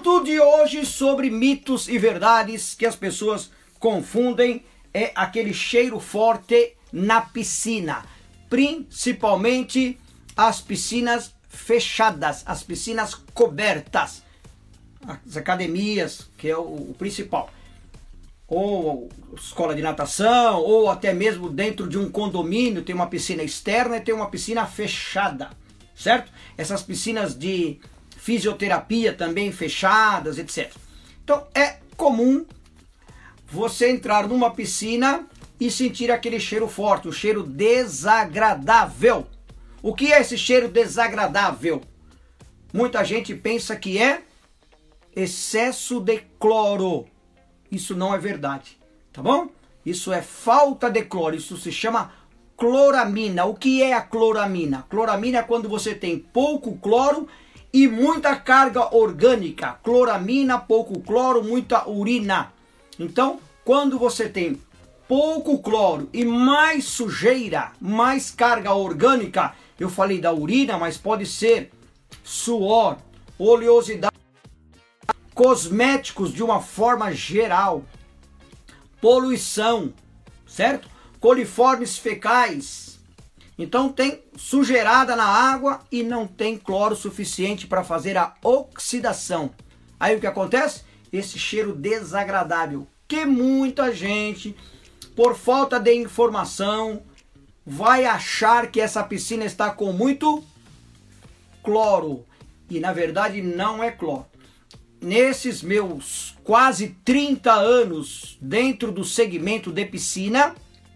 assunto de hoje sobre mitos e verdades que as pessoas confundem é aquele cheiro forte na piscina, principalmente as piscinas fechadas, as piscinas cobertas, as academias, que é o principal, ou escola de natação, ou até mesmo dentro de um condomínio tem uma piscina externa e tem uma piscina fechada, certo? Essas piscinas de fisioterapia também fechadas, etc. Então é comum você entrar numa piscina e sentir aquele cheiro forte, o cheiro desagradável. O que é esse cheiro desagradável? Muita gente pensa que é excesso de cloro. Isso não é verdade, tá bom? Isso é falta de cloro, isso se chama cloramina. O que é a cloramina? Cloramina é quando você tem pouco cloro e muita carga orgânica. Cloramina, pouco cloro, muita urina. Então, quando você tem pouco cloro e mais sujeira, mais carga orgânica, eu falei da urina, mas pode ser suor, oleosidade, cosméticos de uma forma geral, poluição, certo? Coliformes fecais. Então tem sujeirada na água e não tem cloro suficiente para fazer a oxidação. Aí o que acontece? Esse cheiro desagradável que muita gente, por falta de informação, vai achar que essa piscina está com muito cloro. E na verdade não é cloro. Nesses meus quase 30 anos dentro do segmento de piscina,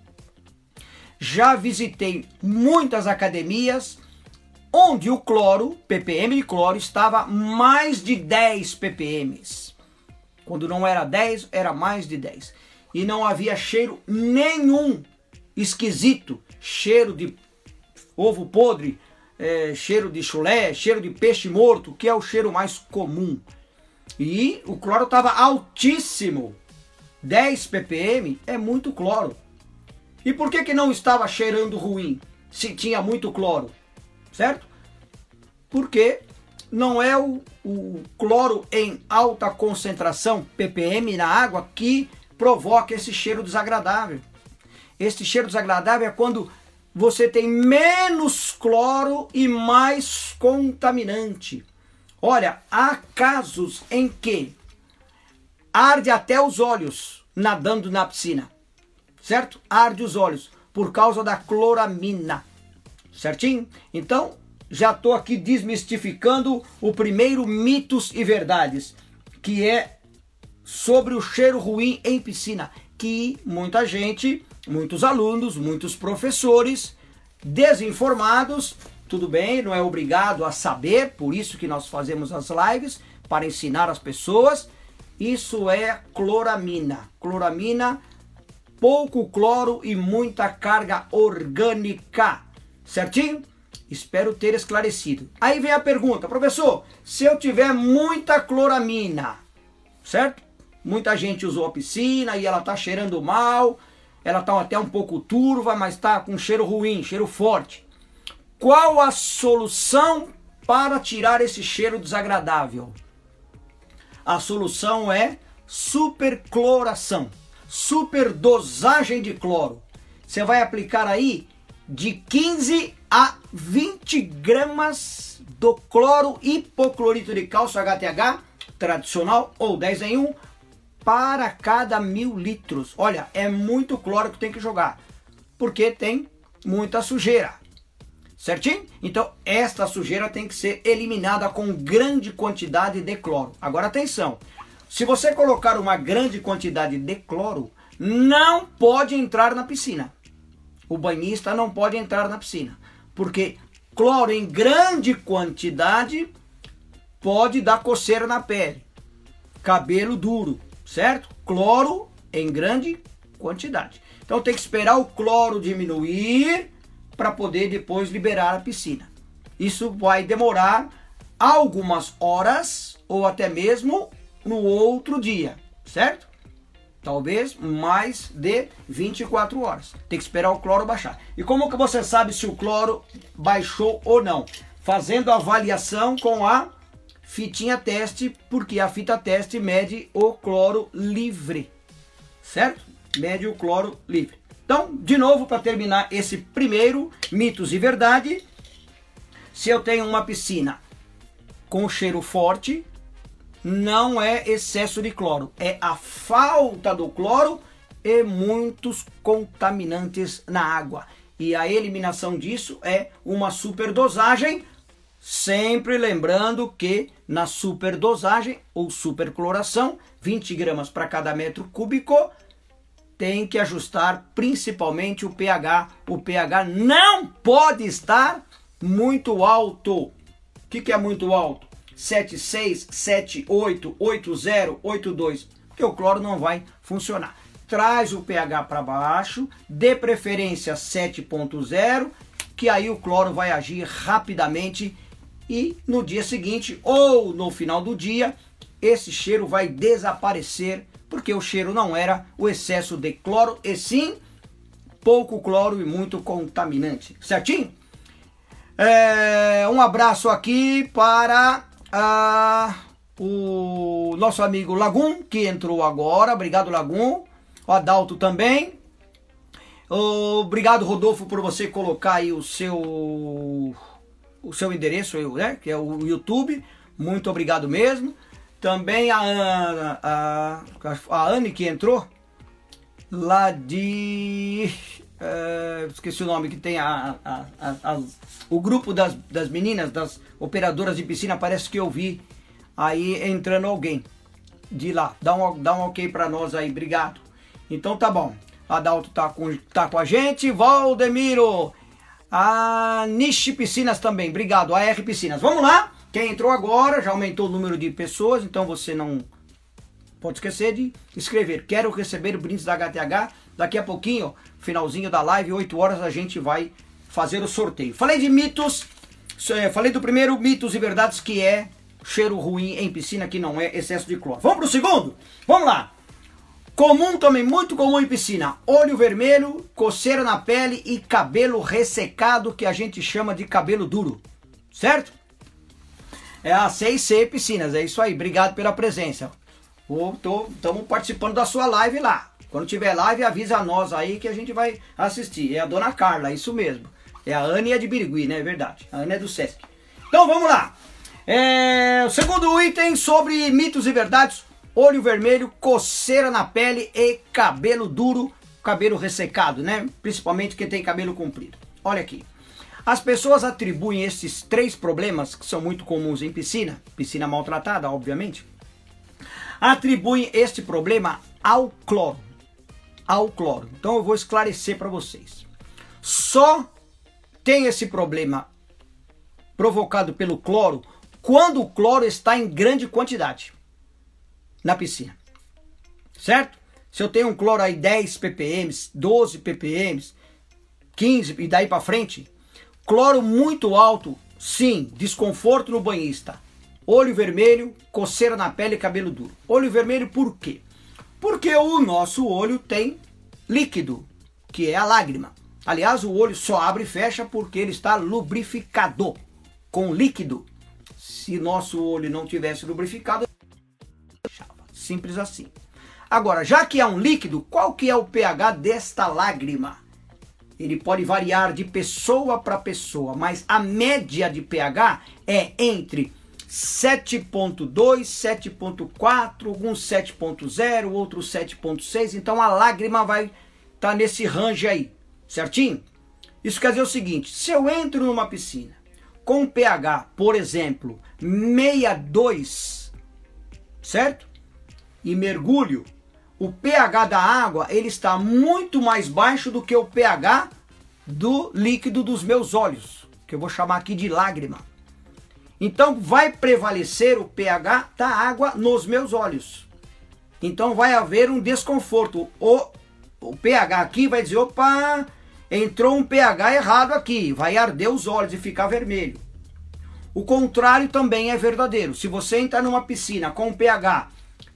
já visitei muitas academias onde o cloro, ppm de cloro, estava mais de 10 ppm. Quando não era 10, era mais de 10. E não havia cheiro nenhum esquisito. Cheiro de ovo podre, cheiro de chulé, cheiro de peixe morto, que é o cheiro mais comum. E o cloro estava altíssimo. 10 ppm é muito cloro. E por que não estava cheirando ruim, se tinha muito cloro? Certo? Porque não é o cloro em alta concentração, ppm, na água, que provoca esse cheiro desagradável. Esse cheiro desagradável é quando você tem menos cloro e mais contaminante. Olha, há casos em que arde até os olhos nadando na piscina, certo? Arde os olhos por causa da cloramina, certinho? Então, já estou aqui desmistificando o primeiro mitos e verdades, que é sobre o cheiro ruim em piscina, que muita gente, muitos alunos, muitos professores desinformados, tudo bem, não é obrigado a saber, por isso que nós fazemos as lives, para ensinar as pessoas. Isso é cloramina. Cloramina, pouco cloro e muita carga orgânica. Certinho? Espero ter esclarecido. Aí vem a pergunta, professor, se eu tiver muita cloramina, certo? Muita gente usou a piscina e ela está cheirando mal, ela está até um pouco turva, mas está com cheiro ruim, cheiro forte. Qual a solução para tirar esse cheiro desagradável? A solução é supercloração, superdosagem de cloro. Você vai aplicar aí de 15 a 20 gramas do cloro hipoclorito de cálcio HTH tradicional ou 10 em 1 para cada 1000 litros. Olha, é muito cloro que tem que jogar, porque tem muita sujeira. Certinho? Então, esta sujeira tem que ser eliminada com grande quantidade de cloro. Agora, atenção. Se você colocar uma grande quantidade de cloro, não pode entrar na piscina. O banhista não pode entrar na piscina. Porque cloro em grande quantidade pode dar coceira na pele. Cabelo duro, certo? Cloro em grande quantidade. Então, tem que esperar o cloro diminuir para poder depois liberar a piscina. Isso vai demorar algumas horas ou até mesmo no outro dia, certo? Talvez mais de 24 horas. Tem que esperar o cloro baixar. E como que você sabe se o cloro baixou ou não? Fazendo a avaliação com a fitinha teste, porque a fita teste mede o cloro livre, certo? Mede o cloro livre. Então, de novo, para terminar esse primeiro mitos e verdade, se eu tenho uma piscina com cheiro forte, não é excesso de cloro, é a falta do cloro e muitos contaminantes na água. E a eliminação disso é uma superdosagem, sempre lembrando que na superdosagem ou supercloração, 20 gramas para cada metro cúbico, tem que ajustar principalmente o pH. O pH não pode estar muito alto. O que é muito alto? 7,6, 7,8, 8,0, 8,2. Porque o cloro não vai funcionar. Traz o pH para baixo, de preferência 7,0, que aí o cloro vai agir rapidamente e no dia seguinte ou no final do dia, esse cheiro vai desaparecer, porque o cheiro não era o excesso de cloro, e sim pouco cloro e muito contaminante, certinho? Um abraço aqui para o nosso amigo Lagum, que entrou agora. Obrigado, Lagum. O Adalto também. Obrigado, Rodolfo, por você colocar aí o seu endereço, né, que é o YouTube. Muito obrigado mesmo. Também a Anne, que entrou lá de... esqueci o nome, que tem o grupo das meninas, das operadoras de piscina. Parece que eu vi aí entrando alguém de lá. Dá um ok para nós aí, obrigado. Então tá bom, Adalto tá com a gente. Valdemiro, a Niche Piscinas também, obrigado. A R Piscinas, vamos lá. Quem entrou agora, já aumentou o número de pessoas, então você não pode esquecer de escrever. Quero receber brindes da HTH. Daqui a pouquinho, finalzinho da live, 8 horas, a gente vai fazer o sorteio. Falei de mitos, falei do primeiro, mitos e verdades, que é cheiro ruim em piscina, que não é excesso de cloro. Vamos pro segundo? Vamos lá. Comum também, muito comum em piscina, olho vermelho, coceira na pele e cabelo ressecado, que a gente chama de cabelo duro, certo? É a C&C Piscinas, é isso aí, obrigado pela presença. Estamos participando da sua live lá. Quando tiver live, avisa nós aí que a gente vai assistir. É a dona Carla, isso mesmo. É a Anne, é de Birigui, né? É verdade. A Anne é do Sesc. Então vamos lá. O segundo item sobre mitos e verdades: olho vermelho, coceira na pele e cabelo duro, cabelo ressecado, né? Principalmente quem tem cabelo comprido. Olha aqui. As pessoas atribuem esses 3 problemas, que são muito comuns em piscina maltratada, obviamente, atribuem este problema ao cloro. Então eu vou esclarecer para vocês. Só tem esse problema provocado pelo cloro quando o cloro está em grande quantidade na piscina, certo? Se eu tenho um cloro aí 10 ppm, 12 ppm, 15 e daí para frente, cloro muito alto, sim, desconforto no banhista, olho vermelho, coceira na pele e cabelo duro. Olho vermelho por quê? Porque o nosso olho tem líquido, que é a lágrima. Aliás, o olho só abre e fecha porque ele está lubrificado com líquido. Se nosso olho não tivesse lubrificado, simples assim. Agora, já que é um líquido, qual que é o pH desta lágrima? Ele pode variar de pessoa para pessoa, mas a média de pH é entre 7,2, 7,4, alguns 7,0, outros 7,6. Então a lágrima vai estar nesse range aí, certinho? Isso quer dizer o seguinte: se eu entro numa piscina com pH, por exemplo, 62, certo? E mergulho, o pH da água ele está muito mais baixo do que o pH do líquido dos meus olhos, que eu vou chamar aqui de lágrima. Então vai prevalecer o pH da água nos meus olhos. Então vai haver um desconforto. O pH aqui vai dizer: opa, entrou um pH errado aqui, vai arder os olhos e ficar vermelho. O contrário também é verdadeiro. Se você entrar numa piscina com pH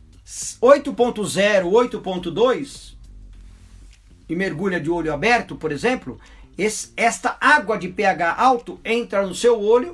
8,0, 8,2 e mergulha de olho aberto, por exemplo, esta água de pH alto entra no seu olho,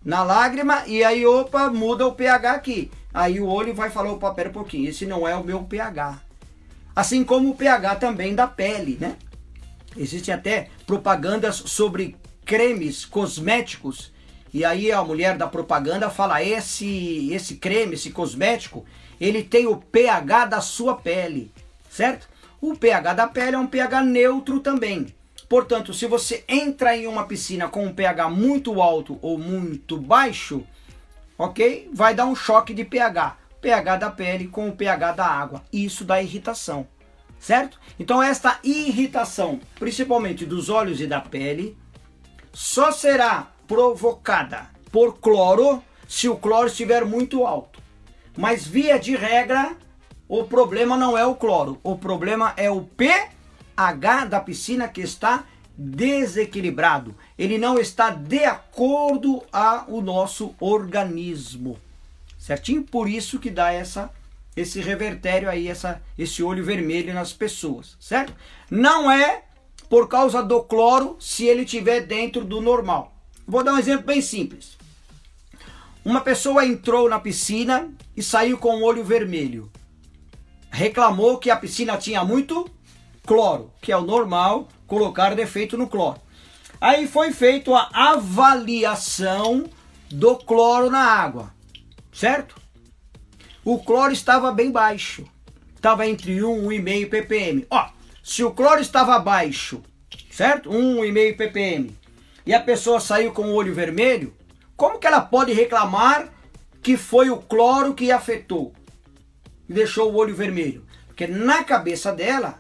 na lágrima e aí, opa, muda o pH aqui. Aí o olho vai falar, opa, pera um pouquinho, esse não é o meu pH. Assim como o pH também da pele, né? Existem até propagandas sobre cremes cosméticos. E aí a mulher da propaganda fala, esse creme, esse cosmético, ele tem o pH da sua pele, certo? O pH da pele é um pH neutro também. Portanto, se você entra em uma piscina com um pH muito alto ou muito baixo, ok? Vai dar um choque de pH. pH da pele com o pH da água. Isso dá irritação, certo? Então esta irritação, principalmente dos olhos e da pele, só será provocada por cloro se o cloro estiver muito alto. Mas via de regra, o problema não é o cloro. O problema é o pH da piscina que está desequilibrado. Ele não está de acordo ao nosso organismo. Certinho? Por isso que dá esse revertério aí, esse olho vermelho nas pessoas, certo? Não é por causa do cloro se ele estiver dentro do normal. Vou dar um exemplo bem simples. Uma pessoa entrou na piscina e saiu com o olho vermelho. Reclamou que a piscina tinha muito cloro, que é o normal colocar defeito no cloro. Aí foi feita a avaliação do cloro na água, certo? O cloro estava bem baixo, estava entre 1 e 1,5 ppm. Ó, se o cloro estava baixo, certo? 1,5 ppm, e a pessoa saiu com o olho vermelho, como que ela pode reclamar que foi o cloro que afetou e deixou o olho vermelho? Porque na cabeça dela,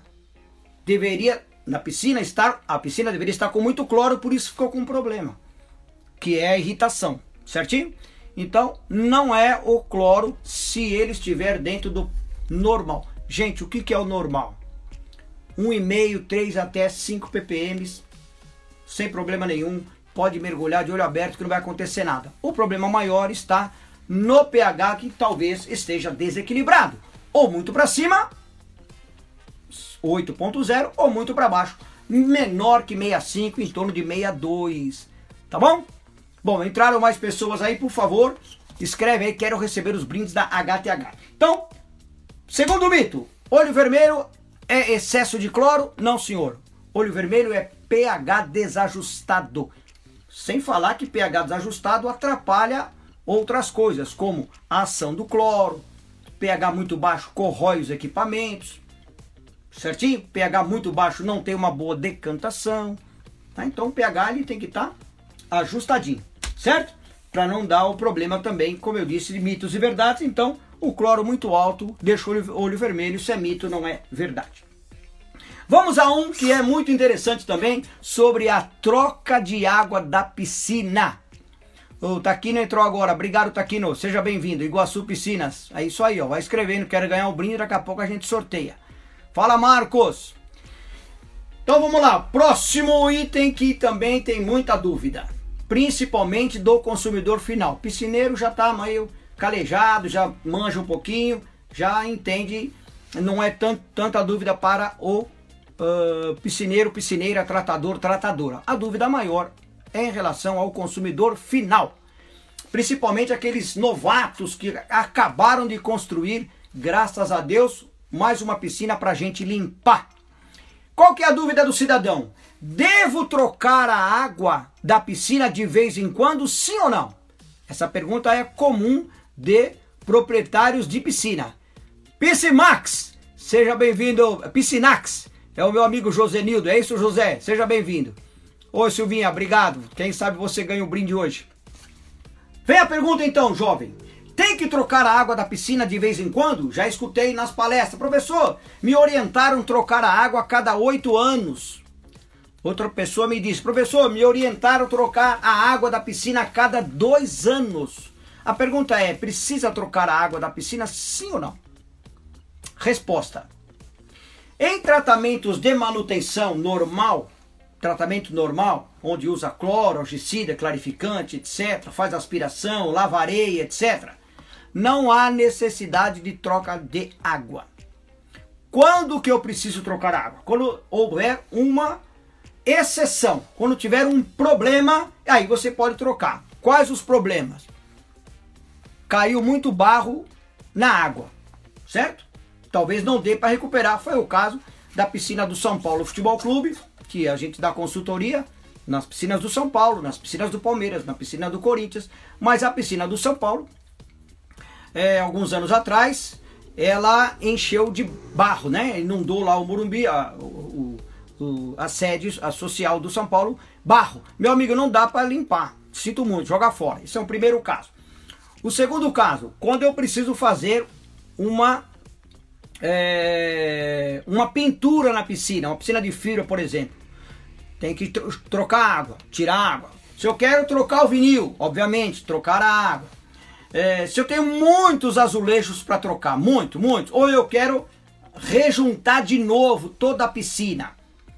a piscina deveria estar com muito cloro, por isso ficou com um problema, que é a irritação, certinho? Então, não é o cloro se ele estiver dentro do normal. Gente, o que é o normal? 1,5, 3 até 5 ppm, sem problema nenhum, pode mergulhar de olho aberto que não vai acontecer nada. O problema maior está no pH, que talvez esteja desequilibrado, ou muito para cima, 8.0, ou muito para baixo, menor que 65, em torno de 62, tá bom? Bom, entraram mais pessoas aí, por favor, escreve aí, quero receber os brindes da HTH. Então, segundo mito, olho vermelho é excesso de cloro? Não, senhor. Olho vermelho é pH desajustado. Sem falar que pH desajustado atrapalha outras coisas, como a ação do cloro, pH muito baixo corrói os equipamentos, certinho? pH muito baixo não tem uma boa decantação, tá? Então o pH ele tem que estar ajustadinho, certo? Para não dar o problema também, como eu disse, de mitos e verdades. Então o cloro muito alto deixa o olho vermelho, isso é mito, não é verdade. Vamos a um que é muito interessante também, sobre a troca de água da piscina. O Taquino entrou agora, obrigado Taquino, seja bem-vindo, Iguaçu Piscinas. É isso aí, ó, vai escrevendo, quero ganhar um brinde, daqui a pouco a gente sorteia. Fala, Marcos. Então vamos lá, próximo item que também tem muita dúvida, principalmente do consumidor final. Piscineiro já está meio calejado, já manja um pouquinho, já entende, não é tanta dúvida para o piscineiro, piscineira, tratador, tratadora. A dúvida maior é em relação ao consumidor final, principalmente aqueles novatos que acabaram de construir, graças a Deus, mais uma piscina para a gente limpar. Qual que é a dúvida do cidadão? Devo trocar a água da piscina de vez em quando, sim ou não? Essa pergunta é comum de proprietários de piscina. Piscimax, seja bem-vindo. Piscinax, é o meu amigo Josenildo, é isso, José? Seja bem-vindo. Oi, Silvinha, obrigado. Quem sabe você ganha um brinde hoje. Vem a pergunta então, jovem. Tem que trocar a água da piscina de vez em quando? Já escutei nas palestras. Professor, me orientaram a trocar a água a cada 8 anos. Outra pessoa me disse, professor, me orientaram a trocar a água da piscina a cada 2 anos. A pergunta é, precisa trocar a água da piscina, sim ou não? Resposta. Em tratamentos de manutenção normal, tratamento normal, onde usa cloro, algicida, clarificante, etc., faz aspiração, lava areia, etc., não há necessidade de troca de água. Quando que eu preciso trocar água? Quando houver uma exceção, quando tiver um problema, aí você pode trocar. Quais os problemas? Caiu muito barro na água, certo? Talvez não dê para recuperar. Foi o caso da piscina do São Paulo Futebol Clube, que a gente dá consultoria nas piscinas do São Paulo, nas piscinas do Palmeiras, na piscina do Corinthians. Mas a piscina do São Paulo, alguns anos atrás, ela encheu de barro, né? Inundou lá o Morumbi, a sede social do São Paulo, barro. Meu amigo, não dá para limpar. Sinto muito, joga fora. Esse é o primeiro caso. O segundo caso, quando eu preciso fazer uma pintura na piscina, uma piscina de fibra, por exemplo. Tem que trocar água, tirar água. Se eu quero trocar o vinil, obviamente, trocar a água. Se eu tenho muitos azulejos para trocar, muitos, ou eu quero rejuntar de novo toda a piscina,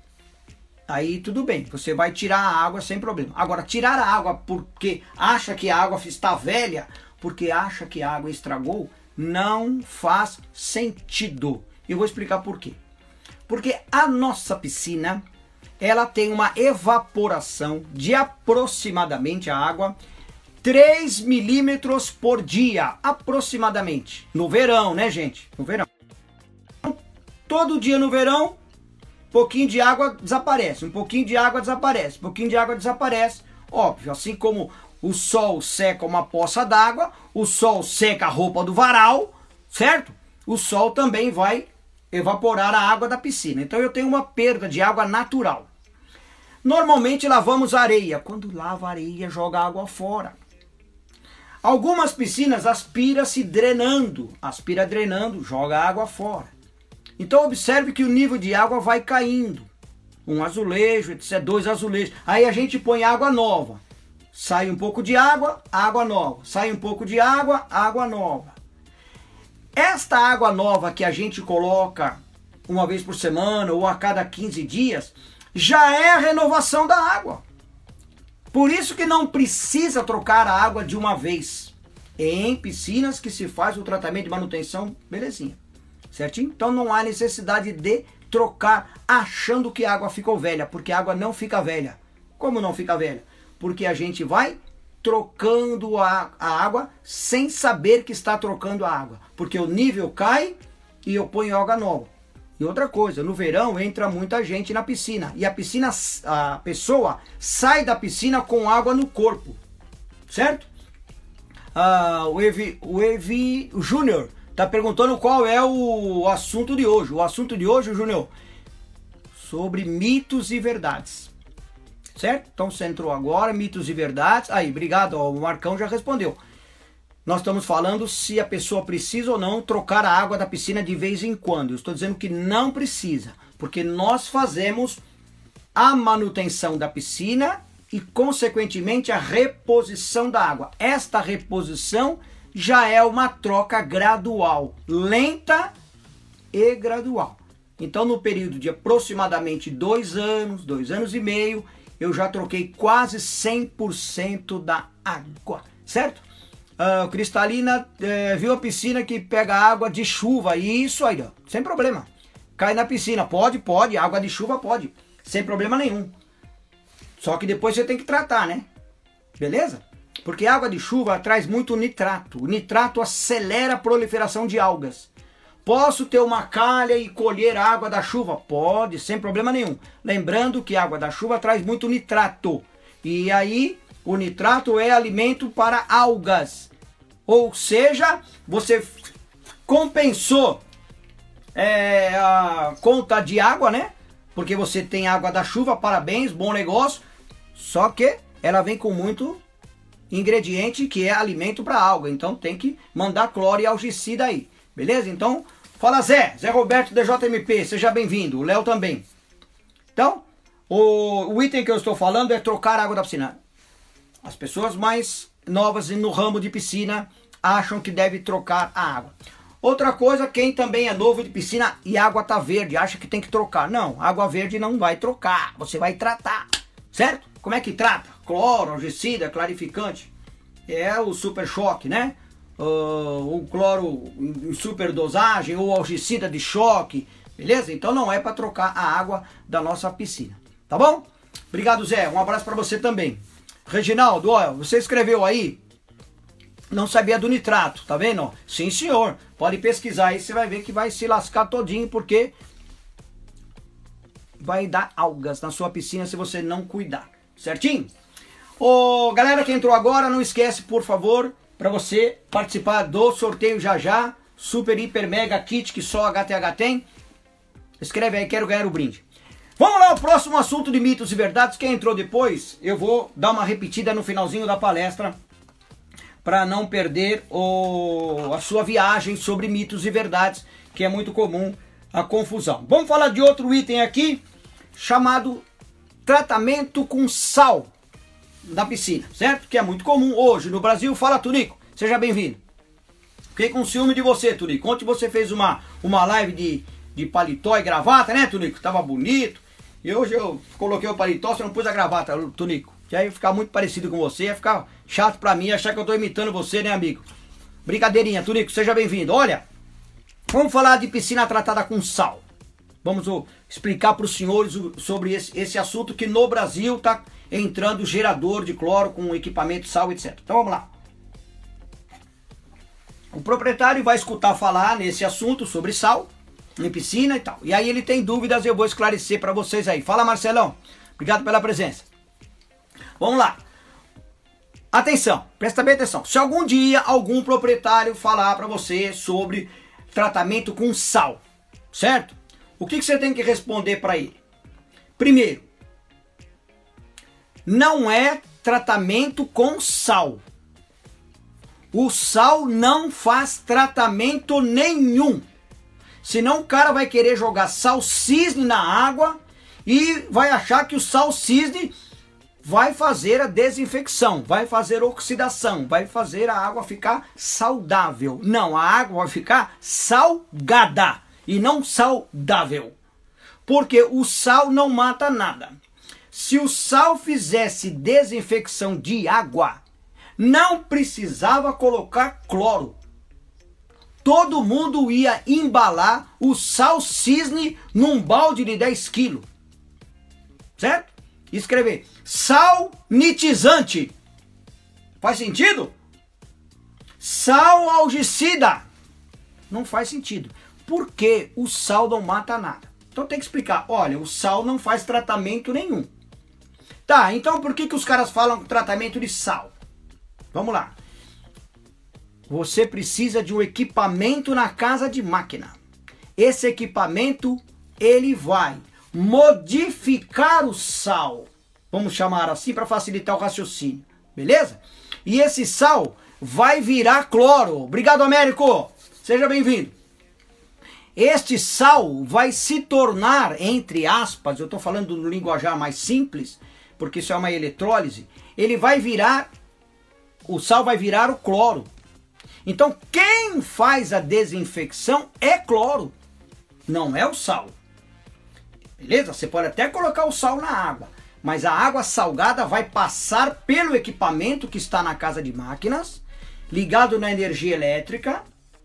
aí tudo bem, você vai tirar a água sem problema. Agora, tirar a água porque acha que a água está velha, porque acha que a água estragou, não faz sentido. Eu vou explicar por quê. Porque a nossa piscina, ela tem uma evaporação de aproximadamente a água 3 milímetros por dia, aproximadamente. No verão, né, gente? No verão. Todo dia no verão, um pouquinho de água desaparece, um pouquinho de água desaparece, um pouquinho de água desaparece. Óbvio, assim como o sol seca uma poça d'água, o sol seca a roupa do varal, certo? O sol também vai evaporar a água da piscina. Então eu tenho uma perda de água natural. Normalmente lavamos areia. Quando lava a areia, joga água fora. Algumas piscinas aspira-se drenando. Aspira drenando, joga água fora. Então observe que o nível de água vai caindo. Um azulejo, etc. 2 azulejos. Aí a gente põe água nova. Sai um pouco de água, água nova. Sai um pouco de água, água nova. Esta água nova que a gente coloca uma vez por semana ou a cada 15 dias, já é a renovação da água. Por isso que não precisa trocar a água de uma vez. Em piscinas que se faz o tratamento de manutenção, belezinha. Certinho? Então não há necessidade de trocar achando que a água ficou velha, porque a água não fica velha. Como não fica velha? Porque a gente vai trocando a água sem saber que está trocando a água. Porque o nível cai e eu ponho água nova. E outra coisa, no verão entra muita gente na piscina. E a pessoa sai da piscina com água no corpo. Certo? O Evi Júnior está perguntando qual é o assunto de hoje. O assunto de hoje, Júnior, sobre mitos e verdades. Certo? Então você entrou agora, mitos e verdades. Aí, obrigado, o Marcão já respondeu. Nós estamos falando se a pessoa precisa ou não trocar a água da piscina de vez em quando. Eu estou dizendo que não precisa, porque nós fazemos a manutenção da piscina e, consequentemente, a reposição da água. Esta reposição já é uma troca gradual, lenta e gradual. Então, no período de aproximadamente 2 anos, 2 anos e meio, eu já troquei quase 100% da água, certo? Cristalina viu a piscina que pega água de chuva, isso aí, ó, sem problema. Cai na piscina, pode, água de chuva pode, sem problema nenhum. Só que depois você tem que tratar, né? Beleza? Porque água de chuva traz muito nitrato. O nitrato acelera a proliferação de algas. Posso ter uma calha e colher a água da chuva? Pode, sem problema nenhum. Lembrando que a água da chuva traz muito nitrato. E aí, o nitrato é alimento para algas. Ou seja, você compensou a conta de água, né? Porque você tem água da chuva, parabéns, bom negócio. Só que ela vem com muito ingrediente que é alimento para alga. Então tem que mandar cloro e algicida aí. Beleza? Então, fala Zé Roberto DJMP, seja bem-vindo. O Léo também. Então, o item que eu estou falando é trocar a água da piscina. As pessoas mais novas no ramo de piscina acham que deve trocar a água. Outra coisa, quem também é novo de piscina e a água tá verde, acha que tem que trocar. Não, água verde não vai trocar, você vai tratar, certo? Como é que trata? Cloro, algicida, clarificante. É o super choque, né? O cloro em super dosagem ou algicida de choque, beleza? Então não é para trocar a água da nossa piscina, tá bom? Obrigado, Zé. Um abraço para você também. Reginaldo, olha, você escreveu aí, não sabia do nitrato, tá vendo? Sim, senhor. Pode pesquisar aí, você vai ver que vai se lascar todinho, porque vai dar algas na sua piscina se você não cuidar. Certinho? Ô, galera que entrou agora, não esquece, por favor, para você participar do sorteio já já. Super, hiper, mega kit que só a HTH tem. Escreve aí, quero ganhar o brinde. Vamos lá, o próximo assunto de mitos e verdades. Quem entrou depois, eu vou dar uma repetida no finalzinho da palestra, para não perder a sua viagem sobre mitos e verdades, que é muito comum a confusão. Vamos falar de outro item aqui, chamado tratamento com sal na piscina, certo? Que é muito comum hoje no Brasil. Fala, Tunico, seja bem-vindo. Fiquei com ciúme de você, Tunico. Ontem você fez uma live de paletó e gravata, né, Tunico? Tava bonito. E hoje eu coloquei o paletó, você não pôs a gravata, Tunico. Que aí ia ficar muito parecido com você, ia ficar chato pra mim, achar que eu tô imitando você, né, amigo? Brincadeirinha, Tunico, seja bem-vindo. Olha, vamos falar de piscina tratada com sal. Vamos explicar para os senhores sobre esse assunto, que no Brasil está entrando gerador de cloro com equipamento, sal, etc. Então vamos lá. O proprietário vai escutar falar nesse assunto sobre sal em piscina e tal. E aí ele tem dúvidas, eu vou esclarecer para vocês aí. Fala, Marcelão. Obrigado pela presença. Vamos lá. Atenção, presta bem atenção. Se algum dia algum proprietário falar para você sobre tratamento com sal, certo? O que você tem que responder para ele? Primeiro, não é tratamento com sal. O sal não faz tratamento nenhum. Senão o cara vai querer jogar sal cisne na água e vai achar que o sal cisne vai fazer a desinfecção, vai fazer oxidação, vai fazer a água ficar saudável. Não, a água vai ficar salgada e não saudável. Porque o sal não mata nada. Se o sal fizesse desinfecção de água, não precisava colocar cloro. Todo mundo ia embalar o sal cisne num balde de 10 quilos. Certo? Escrever sal nitizante. Faz sentido? Sal algicida. Não faz sentido. Porque o sal não mata nada. Então tem que explicar. Olha, o sal não faz tratamento nenhum. Tá, então por que os caras falam tratamento de sal? Vamos lá. Você precisa de um equipamento na casa de máquina. Esse equipamento, ele vai modificar o sal. Vamos chamar assim para facilitar o raciocínio. Beleza? E esse sal vai virar cloro. Obrigado, Américo. Seja bem-vindo. Este sal vai se tornar, entre aspas, eu estou falando no linguajar mais simples, porque isso é uma eletrólise, ele vai virar, o sal vai virar o cloro. Então quem faz a desinfecção é cloro, não é o sal. Beleza? Você pode até colocar o sal na água, mas a água salgada vai passar pelo equipamento que está na casa de máquinas, ligado na energia elétrica.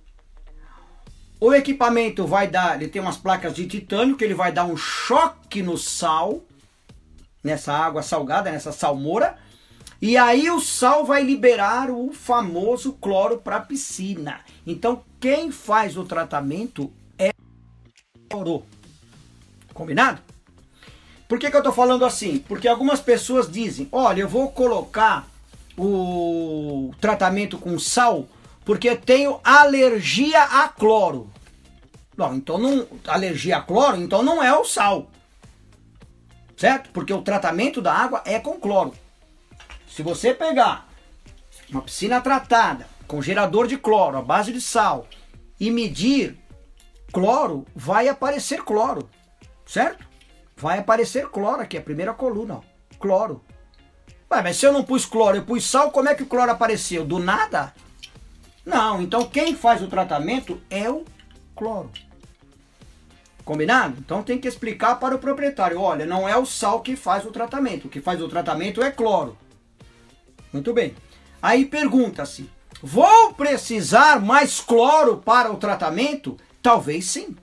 O equipamento vai dar, ele tem umas placas de titânio que ele vai dar um choque no sal, nessa água salgada, nessa salmoura, e aí o sal vai liberar o famoso cloro para a piscina. Então quem faz o tratamento é o cloro. Combinado? Por que eu estou falando assim? Porque algumas pessoas dizem, olha, eu vou colocar o tratamento com sal porque eu tenho alergia a cloro. Não, então não, alergia a cloro, então não é o sal. Certo? Porque o tratamento da água é com cloro. Se você pegar uma piscina tratada com gerador de cloro à base de sal e medir cloro, vai aparecer cloro. Certo? Vai aparecer cloro aqui, a primeira coluna, ó, cloro. Ué, mas se eu não pus cloro, eu pus sal, como é que o cloro apareceu? Do nada? Não, então quem faz o tratamento é o cloro. Combinado? Então tem que explicar para o proprietário, olha, não é o sal que faz o tratamento, o que faz o tratamento é cloro. Muito bem. Aí pergunta-se, vou precisar mais cloro para o tratamento? Talvez sim.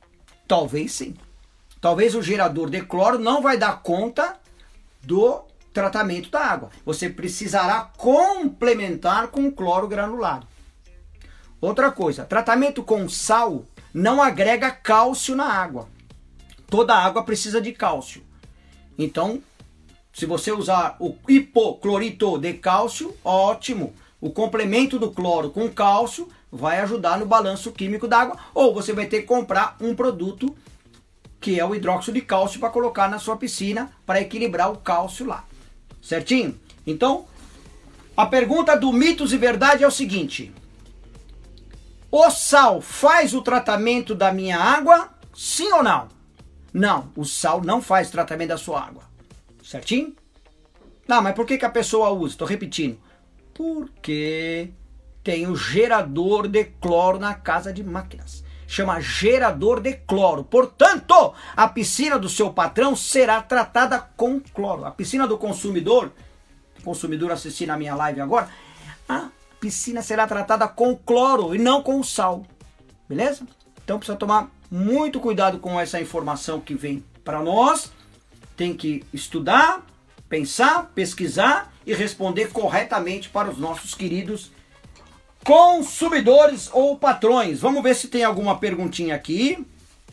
Talvez sim. Talvez o gerador de cloro não vai dar conta do tratamento da água. Você precisará complementar com cloro granulado. Outra coisa, tratamento com sal não agrega cálcio na água. Toda água precisa de cálcio. Então, se você usar o hipoclorito de cálcio, ótimo. O complemento do cloro com cálcio vai ajudar no balanço químico da água. Ou você vai ter que comprar um produto que é o hidróxido de cálcio para colocar na sua piscina para equilibrar o cálcio lá. Certinho? Então, a pergunta do Mitos e Verdade é o seguinte: o sal faz o tratamento da minha água? Sim ou não? Não, o sal não faz tratamento da sua água. Certinho? Não, mas por que a pessoa usa? Estou repetindo. Porque tem o gerador de cloro na casa de máquinas. Chama gerador de cloro. Portanto, a piscina do seu patrão será tratada com cloro. A piscina do consumidor, o consumidor assistindo a minha live agora, a piscina será tratada com cloro e não com sal. Beleza? Então precisa tomar muito cuidado com essa informação que vem para nós. Tem que estudar, pensar, pesquisar e responder corretamente para os nossos queridos consumidores ou patrões. Vamos ver se tem alguma perguntinha aqui.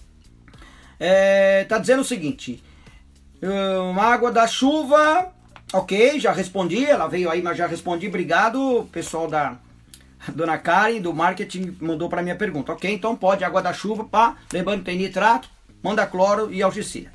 Tá dizendo o seguinte: água da chuva, ok, já respondi, ela veio aí, mas já respondi, obrigado. O pessoal da Dona Karen do marketing mandou para minha pergunta. Ok, então pode água da chuva, pá, lembrando que tem nitrato, manda cloro e algicida.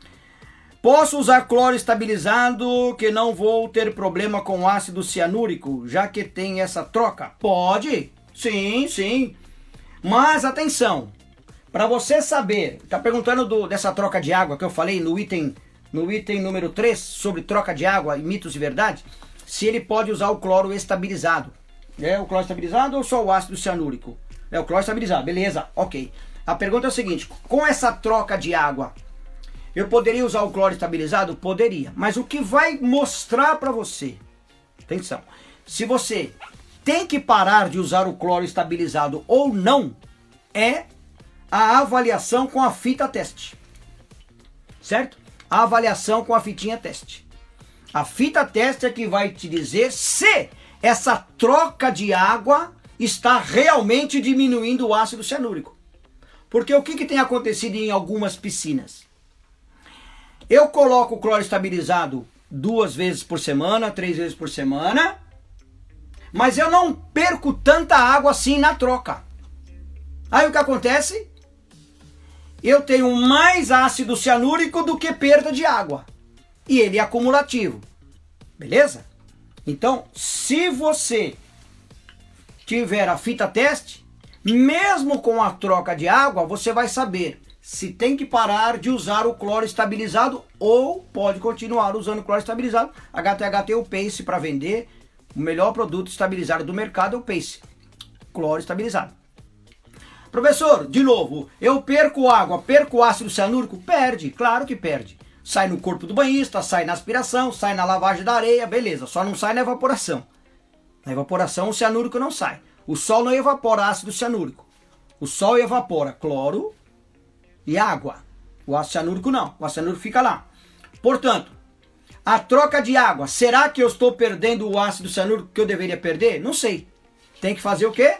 Posso usar cloro estabilizado que não vou ter problema com ácido cianúrico, já que tem essa troca? Pode, sim, sim. Mas atenção, para você saber, tá perguntando dessa troca de água que eu falei no item número 3, sobre troca de água e mitos e verdade, se ele pode usar o cloro estabilizado. O cloro estabilizado ou só o ácido cianúrico? O cloro estabilizado, beleza, ok. A pergunta é o seguinte: com essa troca de água, eu poderia usar o cloro estabilizado? Poderia. Mas o que vai mostrar para você, atenção, se você tem que parar de usar o cloro estabilizado ou não, é a avaliação com a fita teste. Certo? A avaliação com a fitinha teste. A fita teste é que vai te dizer se essa troca de água está realmente diminuindo o ácido cianúrico. Porque o que tem acontecido em algumas piscinas? Eu coloco o cloro estabilizado 2 vezes por semana, 3 vezes por semana, mas eu não perco tanta água assim na troca. Aí o que acontece? Eu tenho mais ácido cianúrico do que perda de água. E ele é acumulativo. Beleza? Então, se você tiver a fita teste, mesmo com a troca de água, você vai saber se tem que parar de usar o cloro estabilizado ou pode continuar usando o cloro estabilizado. A HTH tem o Pace para vender. O melhor produto estabilizado do mercado é o Pace, cloro estabilizado. Professor, de novo, eu perco água, perco ácido cianúrico? Perde, claro que perde. Sai no corpo do banhista, sai na aspiração, sai na lavagem da areia, beleza. Só não sai na evaporação. Na evaporação o cianúrico não sai. O sol não evapora ácido cianúrico. O sol evapora cloro e água. O ácido cianúrico não. O ácido cianúrico fica lá. Portanto, a troca de água, será que eu estou perdendo o ácido cianúrico que eu deveria perder? Não sei. Tem que fazer o quê?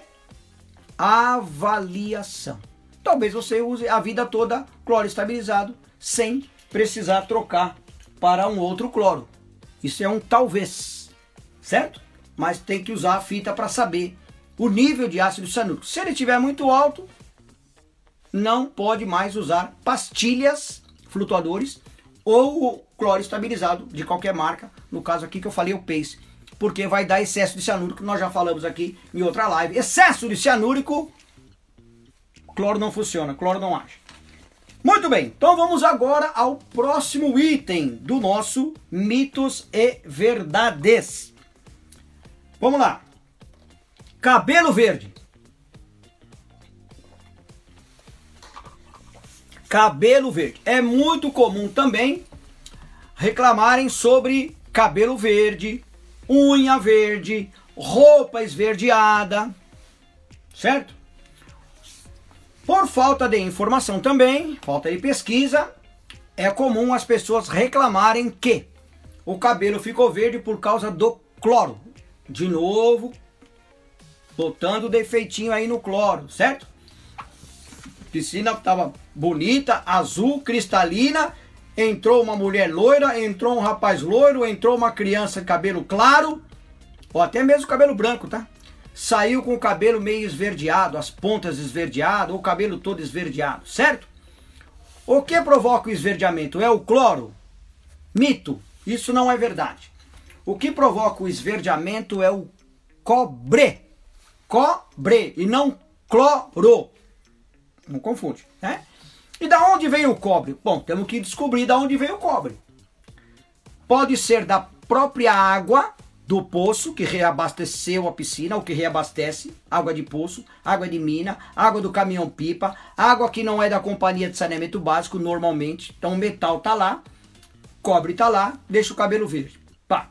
Avaliação. Talvez você use a vida toda cloro estabilizado sem precisar trocar para um outro cloro. Isso é um talvez, certo? Mas tem que usar a fita para saber o nível de ácido cianúrico. Se ele estiver muito alto, não pode mais usar pastilhas flutuadores ou o cloro estabilizado de qualquer marca. No caso aqui que eu falei, o Pace, porque vai dar excesso de cianúrico. Nós já falamos aqui em outra live. Excesso de cianúrico, cloro não funciona, cloro não age. Muito bem, então vamos agora ao próximo item do nosso mitos e verdades. Vamos lá. Cabelo verde. Cabelo verde. É muito comum também reclamarem sobre cabelo verde, unha verde, roupa esverdeada, certo? Por falta de informação também, falta de pesquisa, é comum as pessoas reclamarem que o cabelo ficou verde por causa do cloro. De novo, botando o defeitinho aí no cloro, certo? A piscina estava bonita, azul, cristalina. Entrou uma mulher loira, entrou um rapaz loiro, entrou uma criança de cabelo claro, ou até mesmo cabelo branco, tá? Saiu com o cabelo meio esverdeado, as pontas esverdeadas, ou o cabelo todo esverdeado, certo? O que provoca o esverdeamento? É o cloro? Mito. Isso não é verdade. O que provoca o esverdeamento é o cobre. Cobre e não cloro. Não confunde, né? E da onde vem o cobre? Bom, temos que descobrir da onde vem o cobre. Pode ser da própria água do poço, que reabasteceu a piscina, o que reabastece, água de poço, água de mina, água do caminhão-pipa, água que não é da companhia de saneamento básico normalmente. Então o metal tá lá, cobre tá lá, deixa o cabelo verde. Pá.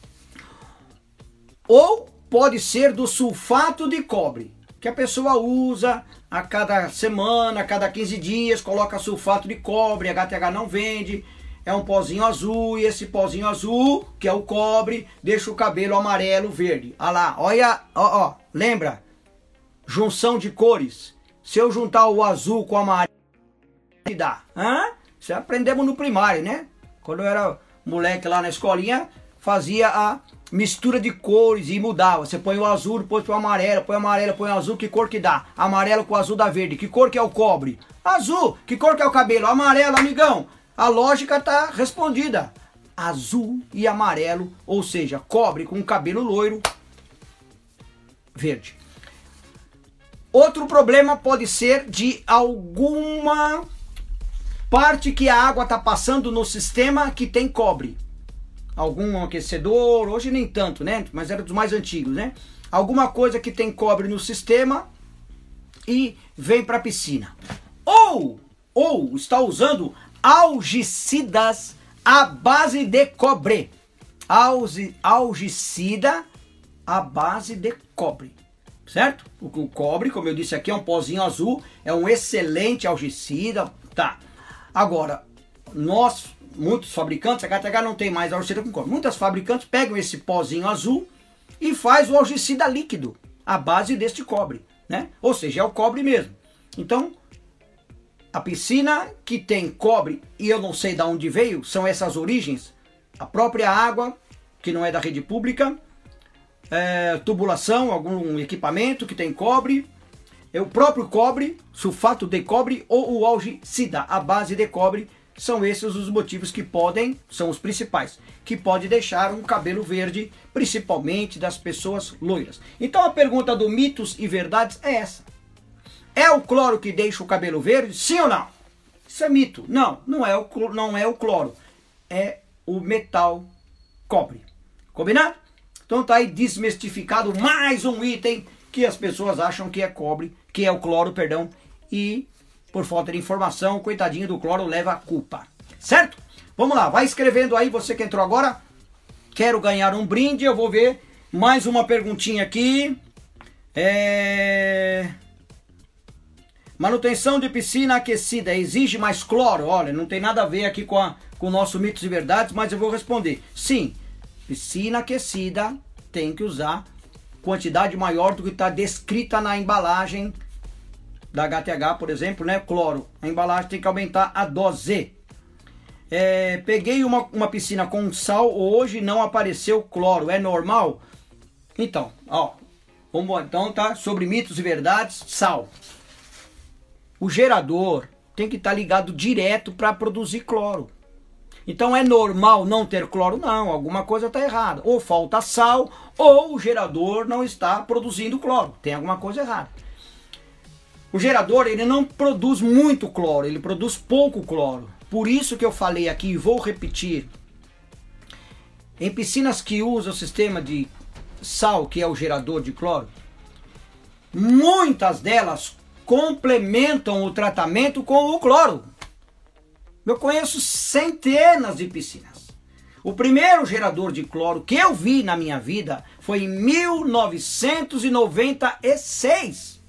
Ou pode ser do sulfato de cobre, que a pessoa usa a cada semana, a cada 15 dias, coloca sulfato de cobre, a HTH não vende, é um pozinho azul, e esse pozinho azul, que é o cobre, deixa o cabelo amarelo, verde. Olha lá, olha, ó, lembra? Junção de cores. Se eu juntar o azul com o amarelo, que dá? Hã? Isso aprendemos no primário, né? Quando eu era moleque lá na escolinha, fazia a mistura de cores e mudava. Você põe o azul, depois põe o amarelo, põe o azul, que cor que dá? Amarelo com azul dá verde. Que cor que é o cobre? Azul. Que cor que é o cabelo? Amarelo, amigão. A lógica está respondida. Azul e amarelo, ou seja, cobre com cabelo loiro, verde. Outro problema pode ser de alguma parte que a água está passando no sistema que tem cobre. Algum aquecedor, hoje nem tanto, né? Mas era dos mais antigos, né? Alguma coisa que tem cobre no sistema e vem para a piscina. Ou está usando algicidas à base de cobre. Algicida à base de cobre, certo? O cobre, como eu disse aqui, é um pozinho azul, é um excelente algicida, tá? Agora, muitos fabricantes, a HTH não tem mais algicida com cobre. Muitas fabricantes pegam esse pozinho azul e faz o algicida líquido à base deste cobre, né? Ou seja, é o cobre mesmo. Então, a piscina que tem cobre, e eu não sei de onde veio, são essas origens. A própria água, que não é da rede pública, tubulação, algum equipamento que tem cobre, o próprio cobre, sulfato de cobre ou o algicida, a base de cobre, são esses os motivos que são os principais, que pode deixar um cabelo verde, principalmente das pessoas loiras. Então a pergunta do mitos e verdades é essa. É o cloro que deixa o cabelo verde? Sim ou não? Isso é mito. Não, não é o cloro. É o metal cobre. Combinado? Então tá aí desmistificado mais um item que as pessoas acham que é cobre, que é o cloro, perdão, e por falta de informação, coitadinho do cloro leva a culpa. Certo? Vamos lá, vai escrevendo aí, você que entrou agora. Quero ganhar um brinde, eu vou ver mais uma perguntinha aqui. Manutenção de piscina aquecida exige mais cloro? Olha, não tem nada a ver aqui com o nosso mitos e verdades, mas eu vou responder. Sim, piscina aquecida tem que usar quantidade maior do que está descrita na embalagem da HTH, por exemplo, né? Cloro. A embalagem tem que aumentar a dose. Peguei uma piscina com sal, hoje não apareceu cloro. É normal? Então, então tá, sobre mitos e verdades, sal. O gerador tem que estar ligado direto para produzir cloro. Então é normal não ter cloro? Não, alguma coisa está errada. Ou falta sal, ou o gerador não está produzindo cloro. Tem alguma coisa errada. O gerador, ele não produz muito cloro, ele produz pouco cloro. Por isso que eu falei aqui e vou repetir. Em piscinas que usam o sistema de sal, que é o gerador de cloro, muitas delas complementam o tratamento com o cloro. Eu conheço centenas de piscinas. O primeiro gerador de cloro que eu vi na minha vida foi em 1996.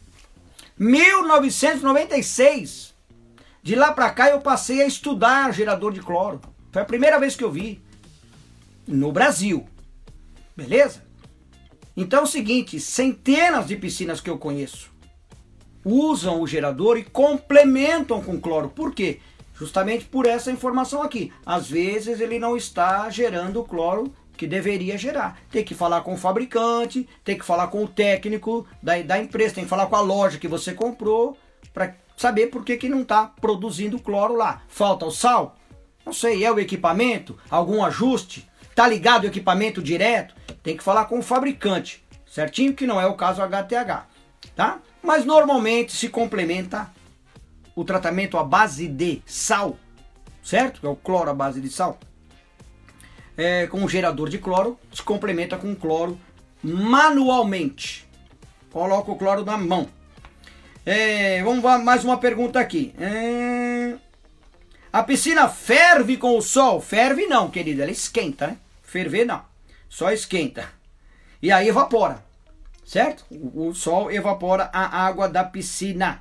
1996. De lá para cá eu passei a estudar gerador de cloro. Foi a primeira vez que eu vi. no Brasil. Beleza? Então é o seguinte, centenas de piscinas que eu conheço usam o gerador e complementam com cloro. Por quê? Justamente por essa informação aqui. Às vezes ele não está gerando o cloro que deveria gerar. Tem que falar com o fabricante, tem que falar com o técnico da empresa, tem que falar com a loja que você comprou para saber por que não está produzindo cloro lá. Falta o sal? Não sei, é o equipamento? Algum ajuste? Tá ligado o equipamento direto? Tem que falar com o fabricante, certinho? Que não é o caso HTH, tá? Mas normalmente se complementa o tratamento à base de sal, certo? Que é o cloro à base de sal. Com um gerador de cloro, se complementa com cloro manualmente. Coloca o cloro na mão. Vamos lá, mais uma pergunta aqui. A piscina ferve com o sol? Ferve não, querido, ela esquenta, né? Ferver não, só esquenta. E aí evapora, certo? O sol evapora a água da piscina.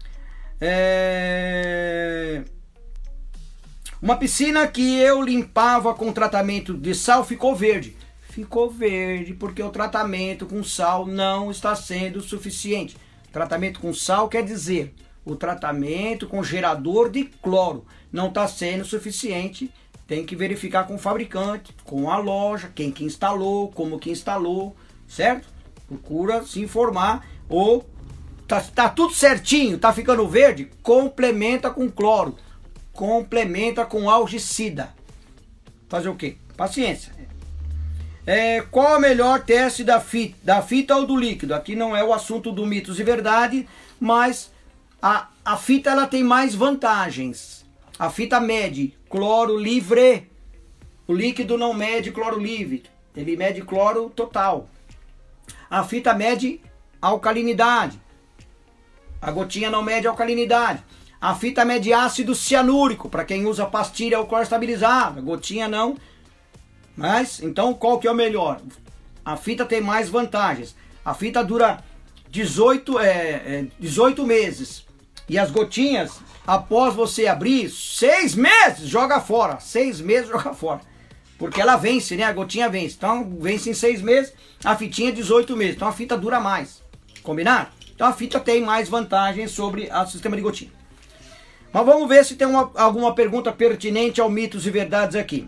Uma piscina que eu limpava com tratamento de sal ficou verde. Ficou verde porque o tratamento com sal não está sendo suficiente. Tratamento com sal quer dizer o tratamento com gerador de cloro não está sendo suficiente. Tem que verificar com o fabricante, com a loja, quem que instalou, como que instalou, certo? Procura se informar. Ou tá tudo certinho, tá ficando verde, complementa com cloro, complementa com algicida. Fazer o quê? Paciência. Qual é o melhor teste da fita ou do líquido? Aqui não é o assunto do mitos e verdade, mas a fita ela tem mais vantagens. A fita mede cloro livre, o líquido não mede cloro livre, ele mede cloro total. A fita mede alcalinidade, a gotinha não mede alcalinidade. A fita mede ácido cianúrico, para quem usa pastilha ou cloro estabilizado, a gotinha não. Mas, então, qual que é o melhor? A fita tem mais vantagens. A fita dura 18 meses. E as gotinhas, após você abrir, 6 meses, joga fora. 6 meses, joga fora. Porque ela vence, né? A gotinha vence. Então, vence em 6 meses, a fitinha 18 meses. Então, a fita dura mais. Combinado? Então, a fita tem mais vantagens sobre o sistema de gotinha. Mas vamos ver se tem alguma pergunta pertinente ao mitos e verdades aqui.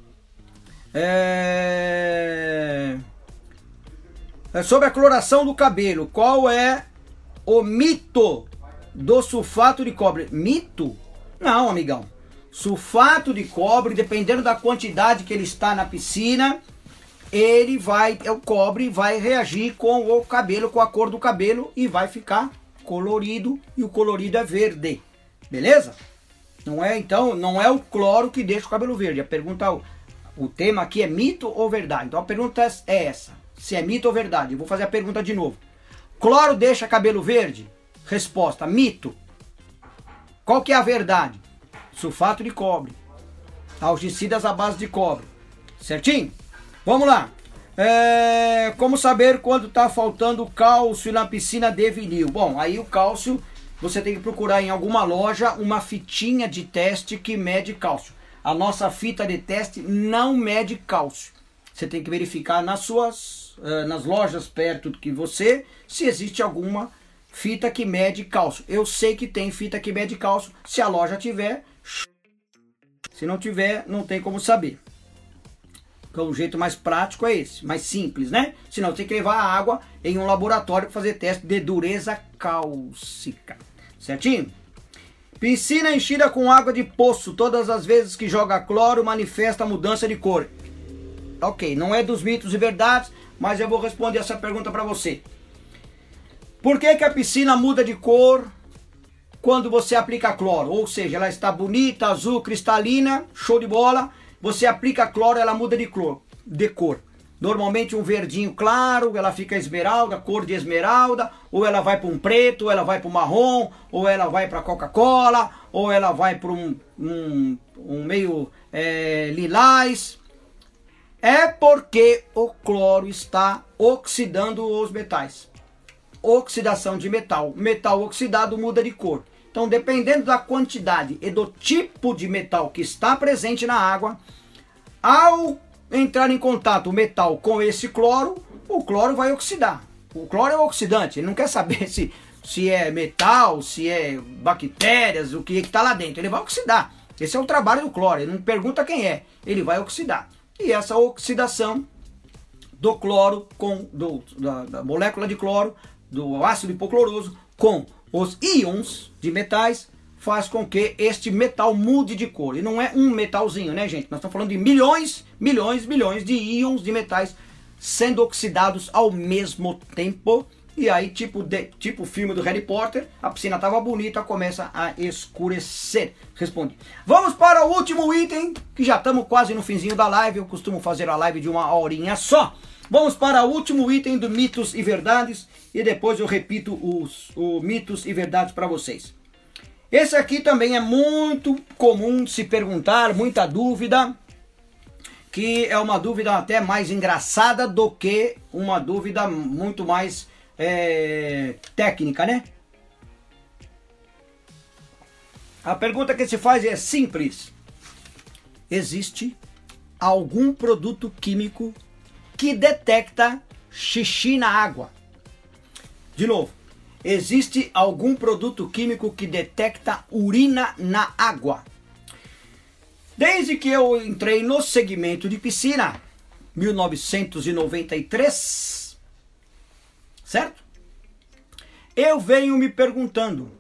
Sobre a cloração do cabelo, qual é o mito do sulfato de cobre? Mito? Não, amigão. Sulfato de cobre, dependendo da quantidade que ele está na piscina, o cobre vai reagir com o cabelo, com a cor do cabelo e vai ficar colorido, e o colorido é verde. Beleza? Não é o cloro que deixa o cabelo verde. A pergunta, o tema aqui é mito ou verdade? Então a pergunta é essa, se é mito ou verdade. Eu vou fazer a pergunta de novo. Cloro deixa cabelo verde? Resposta, mito. Qual que é a verdade? Sulfato de cobre, algicidas à base de cobre, certinho? Vamos lá. Como saber quando está faltando cálcio na piscina de vinil? Bom, aí o cálcio, você tem que procurar em alguma loja uma fitinha de teste que mede cálcio. A nossa fita de teste não mede cálcio. Você tem que verificar nas lojas perto de você, se existe alguma fita que mede cálcio. Eu sei que tem fita que mede cálcio. Se a loja tiver, se não tiver, não tem como saber. Então o jeito mais prático é esse, mais simples, né? Senão tem que levar a água em um laboratório para fazer teste de dureza cálcica. Certinho? Piscina enchida com água de poço, todas as vezes que joga cloro manifesta mudança de cor. Ok, não é dos mitos e verdades, mas eu vou responder essa pergunta para você. Por que a piscina muda de cor quando você aplica cloro? Ou seja, ela está bonita, azul, cristalina, show de bola. Você aplica cloro, ela muda de cor. Normalmente um verdinho claro, ela fica esmeralda, cor de esmeralda, ou ela vai para um preto, ou ela vai para um marrom, ou ela vai para Coca-Cola, ou ela vai para um meio lilás. É porque o cloro está oxidando os metais. Oxidação de metal. Metal oxidado muda de cor. Então, dependendo da quantidade e do tipo de metal que está presente na água, ao entrar em contato o metal com esse cloro, o cloro vai oxidar. O cloro é o oxidante, ele não quer saber se é metal, se é bactérias, o que está lá dentro. Ele vai oxidar. Esse é o trabalho do cloro, ele não pergunta quem é, ele vai oxidar. E essa oxidação do cloro, da molécula de cloro, do ácido hipocloroso, com os íons de metais, faz com que este metal mude de cor. E não é um metalzinho, né, gente? Nós estamos falando de milhões de íons de metais sendo oxidados ao mesmo tempo. E aí, tipo o filme do Harry Potter, a piscina estava bonita, começa a escurecer. Respondi. Vamos para o último item, que já estamos quase no finzinho da live. Eu costumo fazer a live de 1 horinha só. Vamos para o último item do mitos e verdades. E depois eu repito os mitos e verdades para vocês. Esse aqui também é muito comum se perguntar, muita dúvida. Que é uma dúvida até mais engraçada do que uma dúvida muito mais técnica, né? A pergunta que se faz é simples. Existe algum produto químico que detecta xixi na água? De novo, existe algum produto químico que detecta urina na água? Desde que eu entrei no segmento de piscina, 1993, certo? Eu venho me perguntando,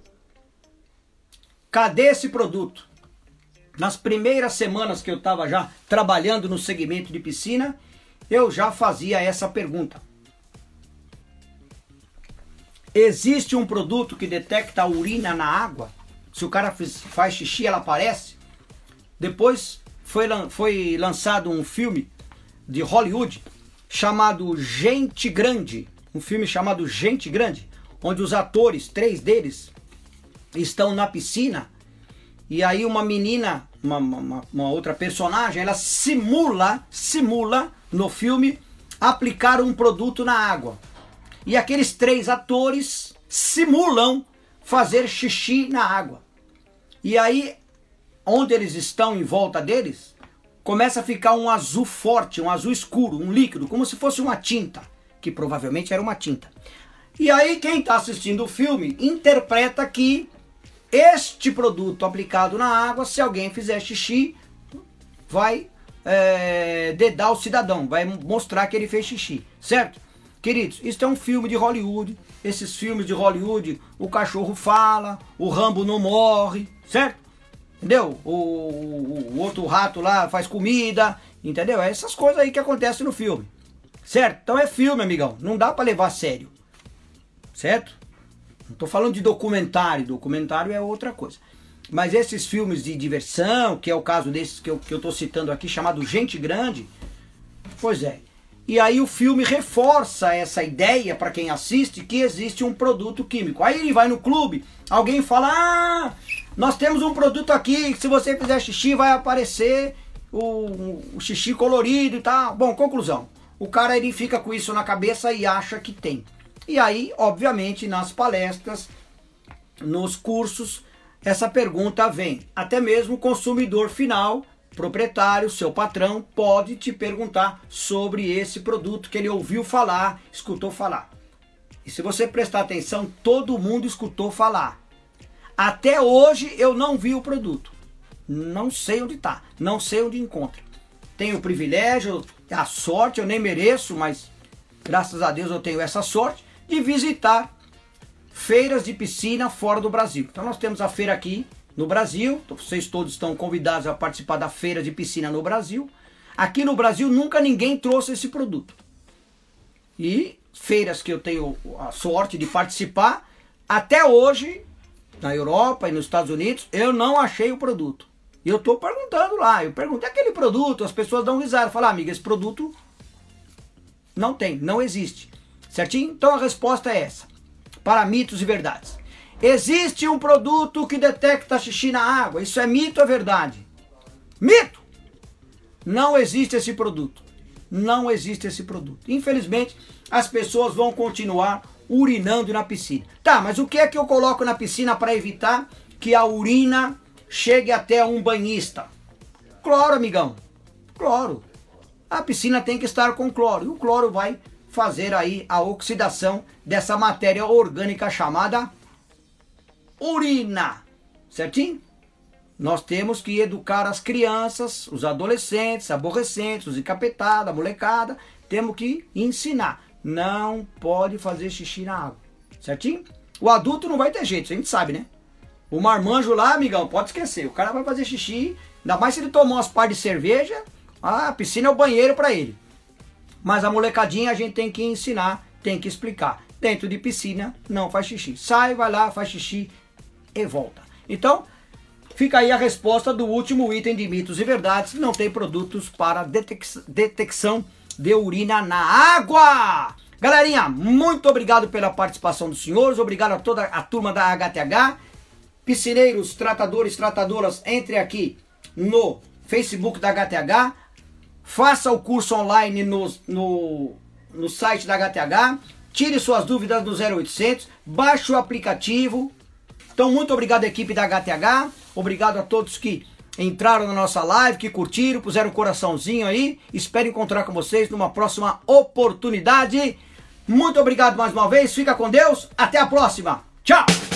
cadê esse produto? Nas primeiras semanas que eu estava já trabalhando no segmento de piscina, eu já fazia essa pergunta. Existe um produto que detecta a urina na água? Se o cara faz xixi, ela aparece? Depois foi lançado um filme de Hollywood chamado Gente Grande. Um filme chamado Gente Grande, onde os atores, 3 deles, estão na piscina. E aí uma menina, uma outra personagem, ela simula no filme aplicar um produto na água. E aqueles 3 atores simulam fazer xixi na água. E aí, onde eles estão em volta deles, começa a ficar um azul forte, um azul escuro, um líquido, como se fosse uma tinta, que provavelmente era uma tinta. E aí quem está assistindo o filme interpreta que este produto aplicado na água, se alguém fizer xixi, vai dedar o cidadão, vai mostrar que ele fez xixi, certo? Queridos, isso é um filme de Hollywood. Esses filmes de Hollywood, o cachorro fala, o Rambo não morre, certo? Entendeu? O outro rato lá faz comida, entendeu? É essas coisas aí que acontecem no filme, certo? Então é filme, amigão, não dá para levar a sério, certo? Não tô falando de documentário, documentário é outra coisa. Mas esses filmes de diversão, que é o caso desses que eu tô citando aqui, chamado Gente Grande, pois é. E aí o filme reforça essa ideia para quem assiste que existe um produto químico. Aí ele vai no clube, alguém fala, ah, nós temos um produto aqui, que se você fizer xixi vai aparecer o xixi colorido e tal. Bom, conclusão, o cara ele fica com isso na cabeça e acha que tem. E aí, obviamente, nas palestras, nos cursos, essa pergunta vem. Até mesmo o consumidor final, proprietário, seu patrão, pode te perguntar sobre esse produto que ele ouviu falar, escutou falar. E se você prestar atenção, todo mundo escutou falar. Até hoje eu não vi o produto. Não sei onde está, não sei onde encontra. Tenho o privilégio, a sorte, eu nem mereço, mas graças a Deus eu tenho essa sorte de visitar feiras de piscina fora do Brasil. Então nós temos a feira aqui no Brasil, vocês todos estão convidados a participar da feira de piscina no Brasil. Aqui no Brasil nunca ninguém trouxe esse produto. E feiras que eu tenho a sorte de participar, até hoje, na Europa e nos Estados Unidos, eu não achei o produto. E eu estou perguntando lá, eu perguntei aquele produto, as pessoas dão risada, falam, amiga, esse produto não tem, não existe. Certinho? Então a resposta é essa, para mitos e verdades. Existe um produto que detecta xixi na água. Isso é mito ou é verdade? Mito! Não existe esse produto. Não existe esse produto. Infelizmente, as pessoas vão continuar urinando na piscina. Tá, mas o que é que eu coloco na piscina para evitar que a urina chegue até um banhista? Cloro, amigão. Cloro. a piscina tem que estar com cloro. E o cloro vai fazer aí a oxidação dessa matéria orgânica chamada urina. Certinho? Nós temos que educar as crianças, os adolescentes, aborrecentes, os encapetados, a molecada. Temos que ensinar. Não pode fazer xixi na água. Certinho? O adulto não vai ter jeito, a gente sabe, né? O marmanjo lá, amigão, pode esquecer. O cara vai fazer xixi, ainda mais se ele tomar umas par de cerveja, a piscina é o banheiro para ele. Mas a molecadinha a gente tem que ensinar, tem que explicar. Dentro de piscina não faz xixi. Sai, vai lá, faz xixi e volta. Então, fica aí a resposta do último item de mitos e verdades. Não tem produtos para detecção de urina na água. Galerinha, muito obrigado pela participação dos senhores. Obrigado a toda a turma da HTH. Piscineiros, tratadores, tratadoras, entre aqui no Facebook da HTH. Faça o curso online no site da HTH. Tire suas dúvidas do 0800. Baixe o aplicativo. Então, muito obrigado, equipe da HTH. Obrigado a todos que entraram na nossa live, que curtiram, puseram um coraçãozinho aí. Espero encontrar com vocês numa próxima oportunidade. Muito obrigado mais uma vez. Fica com Deus. Até a próxima. Tchau.